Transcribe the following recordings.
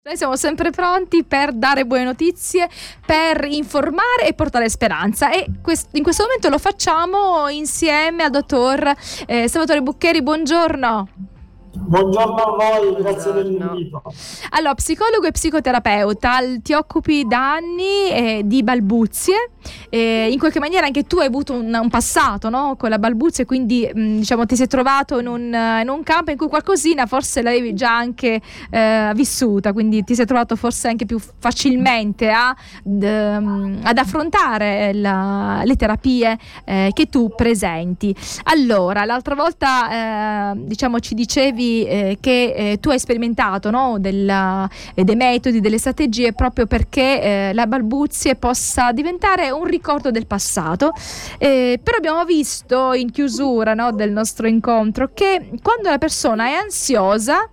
Noi siamo sempre pronti per dare buone notizie, per informare e portare speranza, e in questo momento lo facciamo insieme al dottor Salvatore Buccheri. Buongiorno. Buongiorno a voi, grazie dell'invito. Allora, psicologo e psicoterapeuta, ti occupi da anni di balbuzie, in qualche maniera anche tu hai avuto un passato, no? Con la balbuzia, quindi diciamo ti sei trovato in un campo in cui qualcosina forse l'avevi già anche vissuta, quindi ti sei trovato forse anche più facilmente ad affrontare le terapie che tu presenti. Allora, l'altra volta diciamo ci dicevi che tu hai sperimentato, no, dei metodi, delle strategie proprio perché la balbuzie possa diventare un ricordo del passato, però abbiamo visto in chiusura, no, del nostro incontro che quando la persona è ansiosa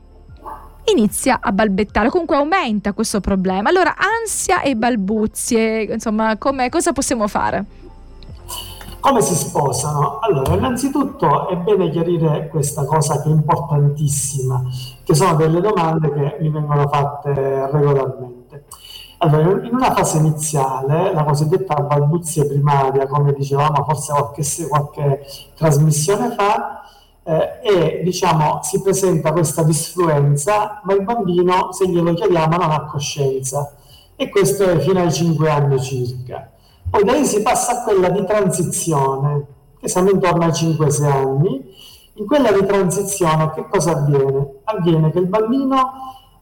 inizia a balbettare, comunque aumenta questo problema. Allora, ansia e balbuzie, insomma, cosa possiamo fare? Come si sposano? Allora, innanzitutto è bene chiarire questa cosa che è importantissima, che sono delle domande che mi vengono fatte regolarmente. Allora, in una fase iniziale, la cosiddetta balbuzie primaria, come dicevamo forse qualche trasmissione fa, diciamo, si presenta questa disfluenza, ma il bambino, se glielo chiediamo, non ha coscienza. E questo è fino ai 5 anni circa. Poi da lì si passa a quella di transizione, che siamo intorno ai 5-6 anni. In quella di transizione che cosa avviene? Avviene che il bambino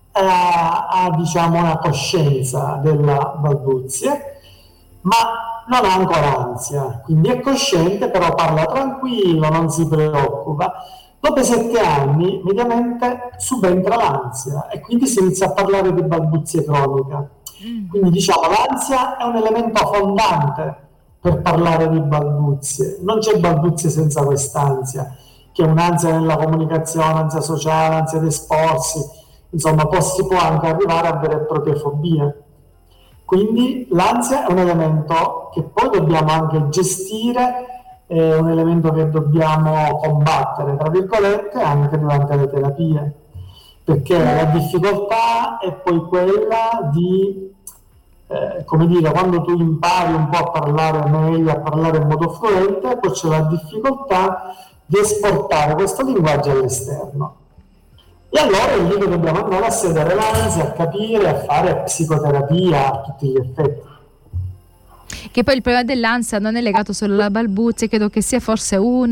ha diciamo, una coscienza della balbuzie, ma non ha ancora ansia, quindi è cosciente, però parla tranquillo, non si preoccupa. Dopo 7 anni, mediamente, subentra l'ansia e quindi si inizia a parlare di balbuzie cronica. Quindi diciamo l'ansia è un elemento fondante per parlare di balbuzie. Non c'è balbuzie senza quest'ansia, che è un'ansia nella comunicazione, ansia sociale, ansia di esporsi, insomma si può anche arrivare a vere e proprie fobie. Quindi l'ansia è un elemento che poi dobbiamo anche gestire, è un elemento che dobbiamo combattere, tra virgolette, anche durante le terapie, perché la difficoltà è poi quella di, come dire, quando tu impari un po' a parlare meglio, a parlare in modo fluente, poi c'è la difficoltà di esportare questo linguaggio all'esterno. E allora è lì che dobbiamo andare a sedere l'ansia, a capire, a fare psicoterapia a tutti gli effetti. Che poi il problema dell'ansia non è legato solo alla balbuzia, credo che sia forse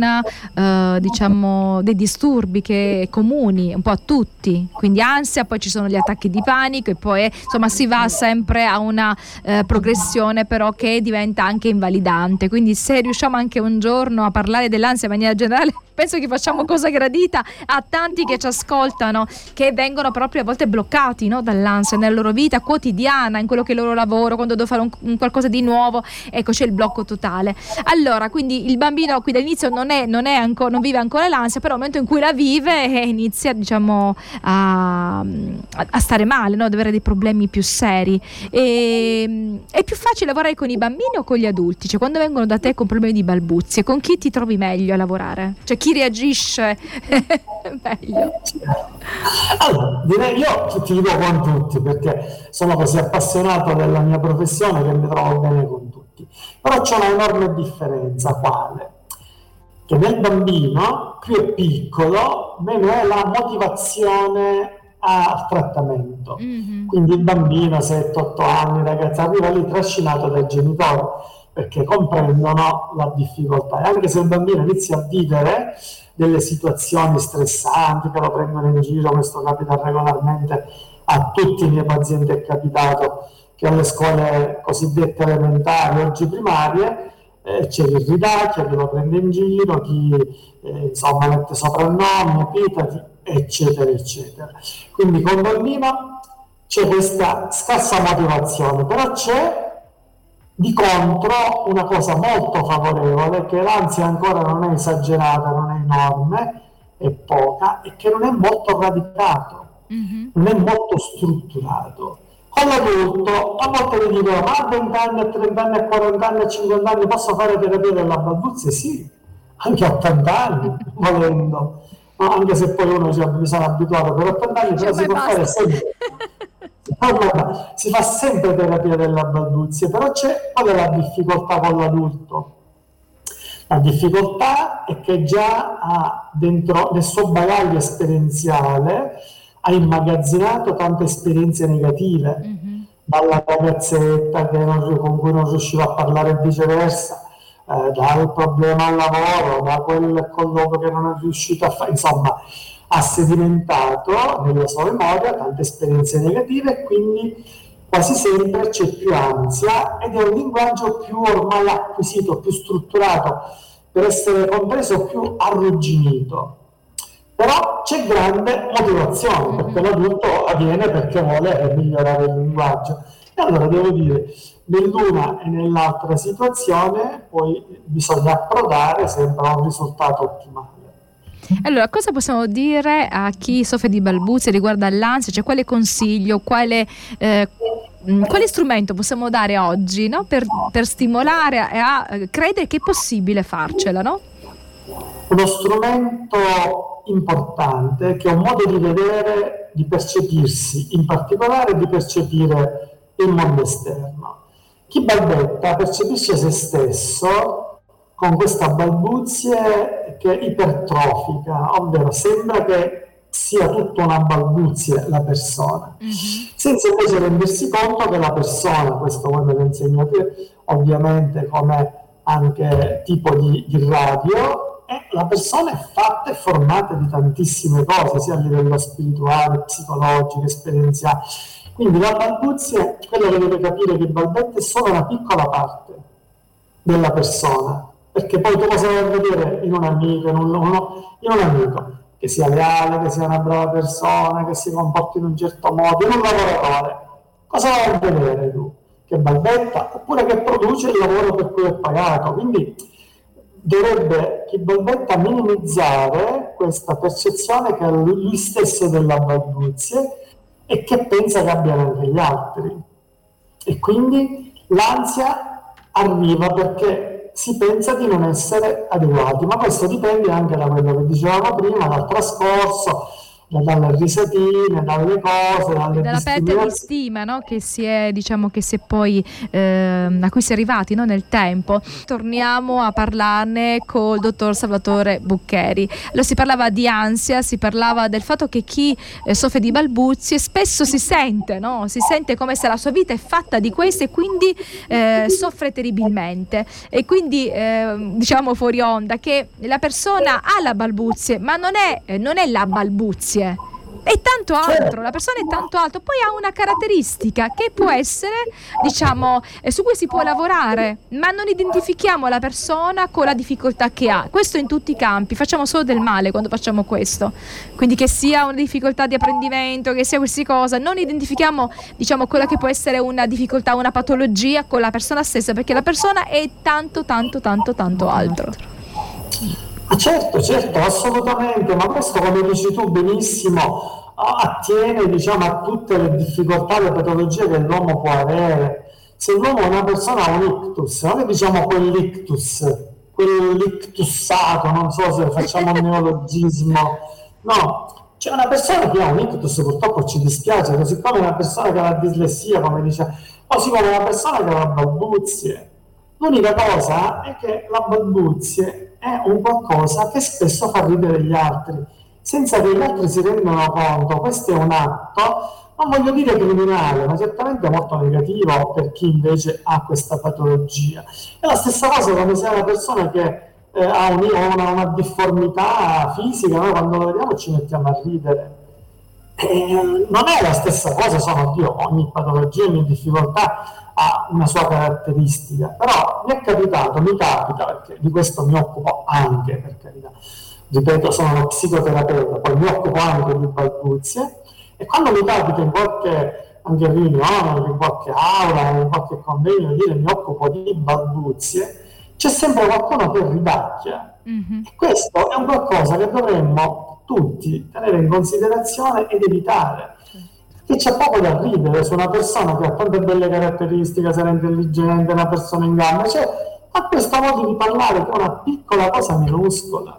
diciamo dei disturbi che comuni un po' a tutti, quindi ansia, poi ci sono gli attacchi di panico e poi insomma si va sempre a una progressione però che diventa anche invalidante. Quindi se riusciamo anche un giorno a parlare dell'ansia in maniera generale, penso che facciamo cosa gradita a tanti che ci ascoltano, che vengono proprio a volte bloccati, no, dall'ansia nella loro vita quotidiana, in quello che è il loro lavoro, quando devo fare un qualcosa di nuovo, ecco, c'è il blocco totale. Allora, quindi il bambino qui dall'inizio non vive ancora l'ansia, però nel momento in cui la vive inizia, diciamo, a stare male, no, ad avere dei problemi più seri. È più facile lavorare con i bambini o con gli adulti? Cioè, quando vengono da te con problemi di balbuzie, con chi ti trovi meglio a lavorare? Cioè, chi reagisce meglio? Allora, direi io ti dico con tutti, perché sono così appassionato della mia professione che mi trovo bene con tutti. Però c'è una enorme differenza, quale? Che nel bambino, più è piccolo, meno è la motivazione al trattamento. Quindi il bambino, 7-8 anni, ragazzi, arriva lì trascinato dai genitori, perché comprendono la difficoltà. E anche se il bambino inizia a vivere delle situazioni stressanti, che lo prendono in giro, questo capita regolarmente a tutti i miei pazienti, è capitato che alle scuole cosiddette elementari, oggi primarie, c'è chi ridacchia, chi lo prende in giro, chi insomma mette soprannomi, epiteti, eccetera, eccetera. Quindi con il bambino c'è questa scarsa motivazione, però c'è di contro una cosa molto favorevole, che l'ansia ancora non è esagerata, non è enorme, è poca, e che non è molto radicato, non è molto strutturato. Con l'adulto a volte mi dicono: ma a 20 anni, a 30 anni, a 40 anni, a 50 anni posso fare terapia della balbuzia? Sì, anche a 80 anni, volendo. no? Anche se poi uno mi sono abituato per 80 anni, però si può fare sempre. Si fa sempre terapia della balbuzie, però c'è poi della difficoltà con l'adulto. La difficoltà è che già ha dentro nel suo bagaglio esperienziale ha immagazzinato tante esperienze negative, dalla ragazzetta con cui non riusciva a parlare e viceversa, dal problema al lavoro, da quel colloquio che non è riuscito a fare, insomma ha sedimentato nella sua memoria tante esperienze negative e quindi quasi sempre c'è più ansia ed è un linguaggio più ormai acquisito, più strutturato, per essere compreso più arrugginito. Però c'è grande motivazione, perché l'adulto avviene perché vuole migliorare il linguaggio. E allora devo dire, nell'una e nell'altra situazione poi bisogna approdare sempre a un risultato ottimale. Allora, cosa possiamo dire a chi soffre di balbuzie riguardo all'ansia? Cioè, quale consiglio, quale strumento possiamo dare oggi, no? per stimolare a credere che è possibile farcela, no? Uno strumento importante che è un modo di vedere, di percepirsi, in particolare di percepire il mondo esterno. Chi balbetta percepisce se stesso con questa balbuzie che ipertrofica, ovvero sembra che sia tutta una balbuzie la persona, senza invece rendersi conto che la persona, questo voi me lo insegnate ovviamente come anche tipo di radio, la persona è fatta e formata di tantissime cose, sia a livello spirituale, psicologico, esperienziale. Quindi la balbuzie, quello che deve capire che balbetta è solo una piccola parte della persona, perché poi tu cosa vuoi vedere in un amico, in un amico che sia leale, che sia una brava persona, che si comporti in un certo modo, in un lavoratore. Cosa vuoi vedere tu? Che balbetta oppure che produce il lavoro per cui è pagato? Quindi dovrebbe chi balbetta minimizzare questa percezione che ha lui stesso della balbuzie e che pensa che abbiano anche gli altri. E quindi l'ansia arriva perché si pensa di non essere adeguati, ma questo dipende anche da quello che dicevamo prima, dal trascorso, dalle risatine, dalle cose, dalla perdita di stima, no? Che si è, diciamo, che si è poi a cui si è arrivati, no? Nel tempo. Torniamo a parlarne col dottor Salvatore Buccheri. Allora, si parlava di ansia, si parlava del fatto che chi soffre di balbuzie spesso si sente, no? Si sente come se la sua vita è fatta di questo e quindi soffre terribilmente. E quindi diciamo fuori onda che la persona ha la balbuzie, ma non è la balbuzie. È tanto altro, la persona è tanto altro, poi ha una caratteristica che può essere, diciamo, su cui si può lavorare, ma non identifichiamo la persona con la difficoltà che ha. Questo in tutti i campi, facciamo solo del male quando facciamo questo. Quindi che sia una difficoltà di apprendimento, che sia qualsiasi cosa, non identifichiamo, diciamo, quella che può essere una difficoltà, una patologia con la persona stessa, perché la persona è tanto altro. Certo, assolutamente, ma questo, come dici tu benissimo, attiene, diciamo, a tutte le difficoltà, le patologie che l'uomo può avere. Se l'uomo è una persona ha un ictus, noi diciamo quell'ictussato, non so se facciamo un neologismo, no, c'è una persona che ha un ictus, purtroppo ci dispiace, così come una persona che ha la dislessia, come dice, così come una persona che ha la balbuzie. L'unica cosa è che la balbuzie è un qualcosa che spesso fa ridere gli altri, senza che gli altri si rendano conto. Questo è un atto, non voglio dire criminale, ma certamente molto negativo per chi invece ha questa patologia. È la stessa cosa come se è una persona che ha una difformità fisica, noi quando lo vediamo ci mettiamo a ridere. Non è la stessa cosa, ogni patologia, ogni difficoltà ha una sua caratteristica, però mi capita, perché di questo mi occupo anche, per carità, ripeto, sono uno psicoterapeuta, poi mi occupo anche di balbuzie, e quando mi capita in qualche anche riunione, in qualche aula, in qualche convegno, mi occupo di balbuzie, c'è sempre qualcuno che ridacchia. E questo è un qualcosa che dovremmo tutti tenere in considerazione ed evitare. Che c'è poco da ridere su una persona che ha tante belle caratteristiche, sarà intelligente, una persona in gamba, ha questo modo di parlare che è una piccola cosa minuscola.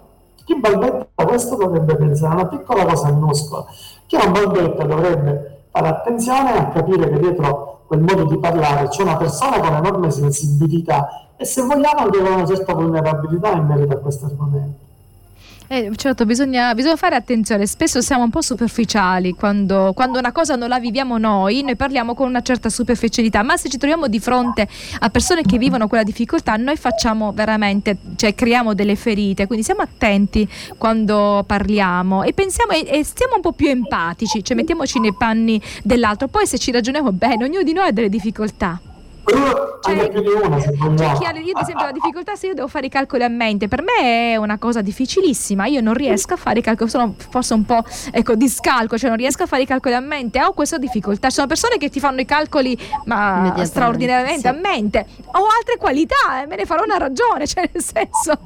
Chi balbetta questo dovrebbe pensare a una piccola cosa minuscola. Chi non balbetta dovrebbe fare attenzione a capire che dietro quel modo di parlare c'è una persona con enorme sensibilità e se vogliamo anche con una certa vulnerabilità in merito a questo argomento. Certo, bisogna fare attenzione, spesso siamo un po' superficiali quando una cosa non la viviamo noi parliamo con una certa superficialità, ma se ci troviamo di fronte a persone che vivono quella difficoltà, noi facciamo veramente, cioè creiamo delle ferite, quindi siamo attenti quando parliamo e pensiamo e stiamo un po' più empatici, cioè mettiamoci nei panni dell'altro, poi se ci ragioniamo bene, ognuno di noi ha delle difficoltà. Anche più di una, se vogliamo. Io ad esempio la difficoltà se io devo fare i calcoli a mente, per me è una cosa difficilissima, io non riesco a fare i calcoli, sono forse un po' discalco, cioè non riesco a fare i calcoli a mente, ho questa difficoltà. Ci sono persone che ti fanno i calcoli ma straordinariamente a mente, ho altre qualità e me ne farò una ragione, cioè nel senso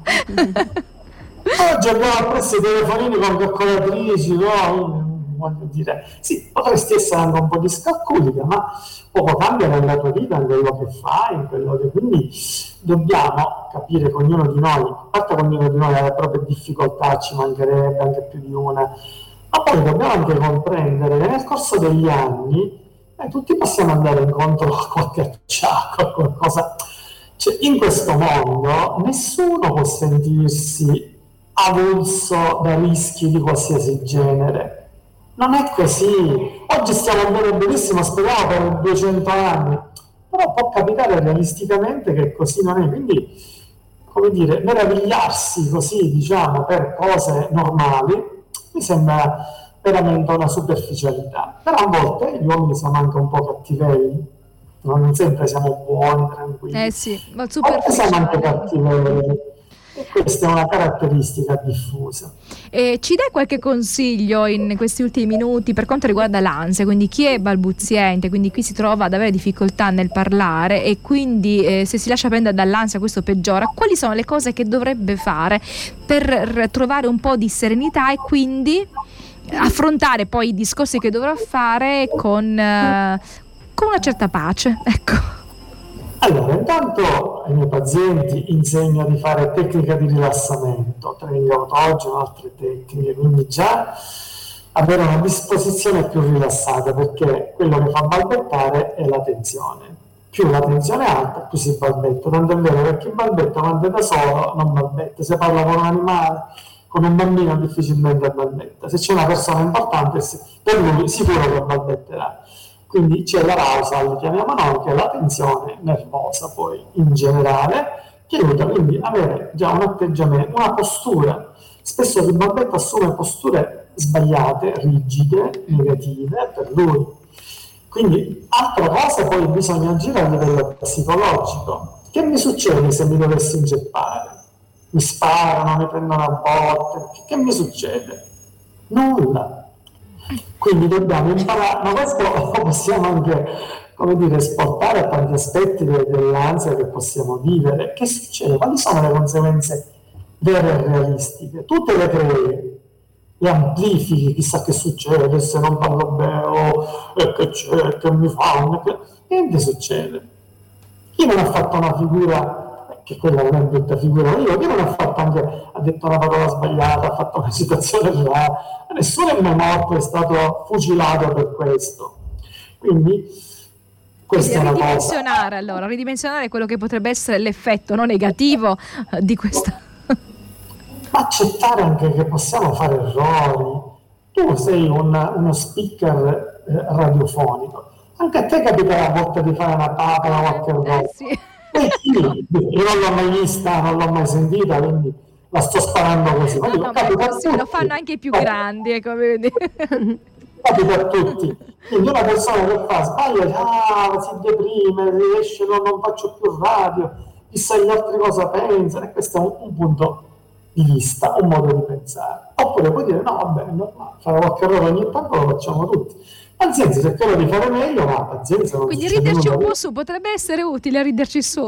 oggi abbiamo appresso i telefonini con calcolatrici, no? Voglio dire, sì, potresti essere anche un po' discalculica, ma poco cambia nella tua vita, in quello che fai, in quello che... Quindi dobbiamo capire che ognuno di noi, a parte che ognuno di noi ha le proprie difficoltà, ci mancherebbe anche più di una, ma poi dobbiamo anche comprendere che nel corso degli anni tutti possiamo andare incontro a qualche acciacco, a qualcosa... Cioè, in questo mondo nessuno può sentirsi avulso da rischi di qualsiasi genere. Non è così. Oggi stiamo bene benissimo, speriamo per 200 anni, però può capitare realisticamente che così non è. Quindi, come dire, meravigliarsi così, diciamo, per cose normali, mi sembra veramente una superficialità. Però a volte gli uomini siamo anche un po' cattivelli, non sempre siamo buoni, tranquilli. Sì, ma siamo anche cattivelli. E questa è una caratteristica diffusa. Ci dai qualche consiglio in questi ultimi minuti per quanto riguarda l'ansia? Quindi chi è balbuziente, quindi qui si trova ad avere difficoltà nel parlare e quindi se si lascia prendere dall'ansia questo peggiora, quali sono le cose che dovrebbe fare per trovare un po' di serenità e quindi affrontare poi i discorsi che dovrà fare con una certa pace, ecco. Allora, intanto ai miei pazienti insegno di fare tecnica di rilassamento, training autogeno, altre tecniche, quindi già avere una disposizione più rilassata, perché quello che fa balbettare è la tensione. Più la tensione è alta, più si balbetta. Tanto è vero che chi balbetta quando è da solo non balbetta, se parla con un animale, con un bambino difficilmente balbetta. Se c'è una persona importante, per lui sicuro che balbetterà. Quindi c'è l'arousal, chiamiamo noi, che è la tensione nervosa poi in generale, che aiuta quindi a avere già un atteggiamento, una postura. Spesso chi balbetta assume posture sbagliate, rigide, negative per lui. Quindi altra cosa poi bisogna agire a livello psicologico. Che mi succede se mi dovessi inceppare? Mi sparano, mi prendono a botte, che mi succede? Nulla. Quindi dobbiamo imparare, ma questo lo possiamo anche, come dire, esportare a tanti aspetti dell'ansia che possiamo vivere. Che succede? Quali sono le conseguenze vere e realistiche? Tu te le crei, le amplifichi, chissà che succede, se non parlo bene, che c'è, che mi fa, niente succede. Chi non ha fatto una figura, che quella non è brutta figura, chi non ha fatto anche, ha detto una parola sbagliata, ha fatto una situazione reale, nessuno è mai morto, è stato fucilato per questo. Quindi questa è una cosa. Allora, ridimensionare quello che potrebbe essere l'effetto non negativo di questa. Ma accettare anche che possiamo fare errori. Tu sei uno speaker radiofonico, anche a te capiterà a volte di fare una papera o qualche errore. Sì. Io non l'ho mai vista, non l'ho mai sentita, quindi la sto sparando così. No, ma così lo fanno anche i più grandi, come vedi. Capita a tutti. Quindi una persona che fa sbaglia, si deprime, riesce, non faccio più radio, chissà gli altri cosa pensano, e questo è un punto di vista, un modo di pensare. Oppure puoi dire, no, vabbè, fare qualche errore ogni tanto lo facciamo tutti. Pazienza, se quello di fare meglio, ma pazienza non. Quindi riderci un po' su, potrebbe essere utile riderci su.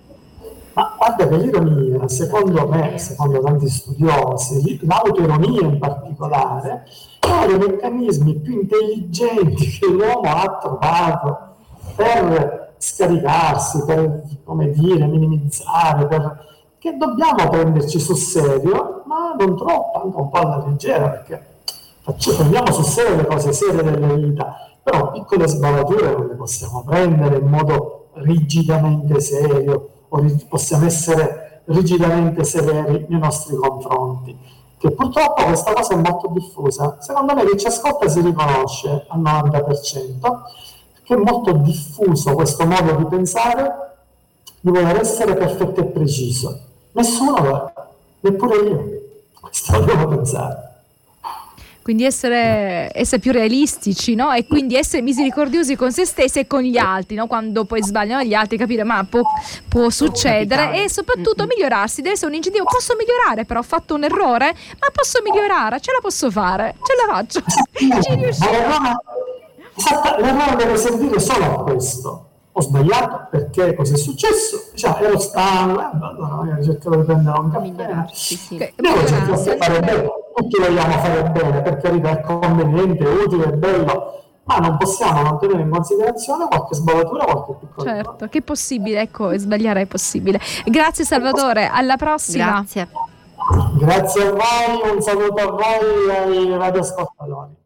Ma guarda che l'ironia, secondo me, secondo tanti studiosi, l'autoironia in particolare, è uno dei meccanismi più intelligenti che l'uomo ha trovato per scaricarsi, per, come dire, minimizzare, che dobbiamo prenderci sul serio, ma non troppo, anche un po' alla leggera, perché prendiamo sul serio le cose serie della vita, però piccole sbavature non le possiamo prendere in modo rigidamente serio, o possiamo essere rigidamente severi nei nostri confronti, che purtroppo questa cosa è molto diffusa. Secondo me chi ci ascolta si riconosce al 90%, perché è molto diffuso questo modo di pensare, di voler essere perfetto e preciso. Nessuno lo è, neppure io. Questo lo devo pensare. Quindi essere più realistici, no? E quindi essere misericordiosi con se stessi e con gli altri, no? Quando poi sbagliano gli altri, capire ma può succedere, e soprattutto migliorarsi. Deve essere un incentivo. Posso migliorare, però ho fatto un errore, ma posso migliorare, ce la posso fare, ce la faccio. Ci riusciamo. L'errore deve servire solo a questo. Ho sbagliato perché cosa è successo? Ero stanco, allora cercavo di prendere un caffè. Devo cercare di fare bene. Tutti vogliamo fare bene, per carità è conveniente, è utile, è bello, ma non possiamo non tenere in considerazione qualche sbavatura, qualche piccola cosa. Certo, che è possibile, ecco, sbagliare è possibile. Grazie Salvatore, alla prossima. Grazie. Grazie a voi, un saluto a voi e ai radioascoltatori.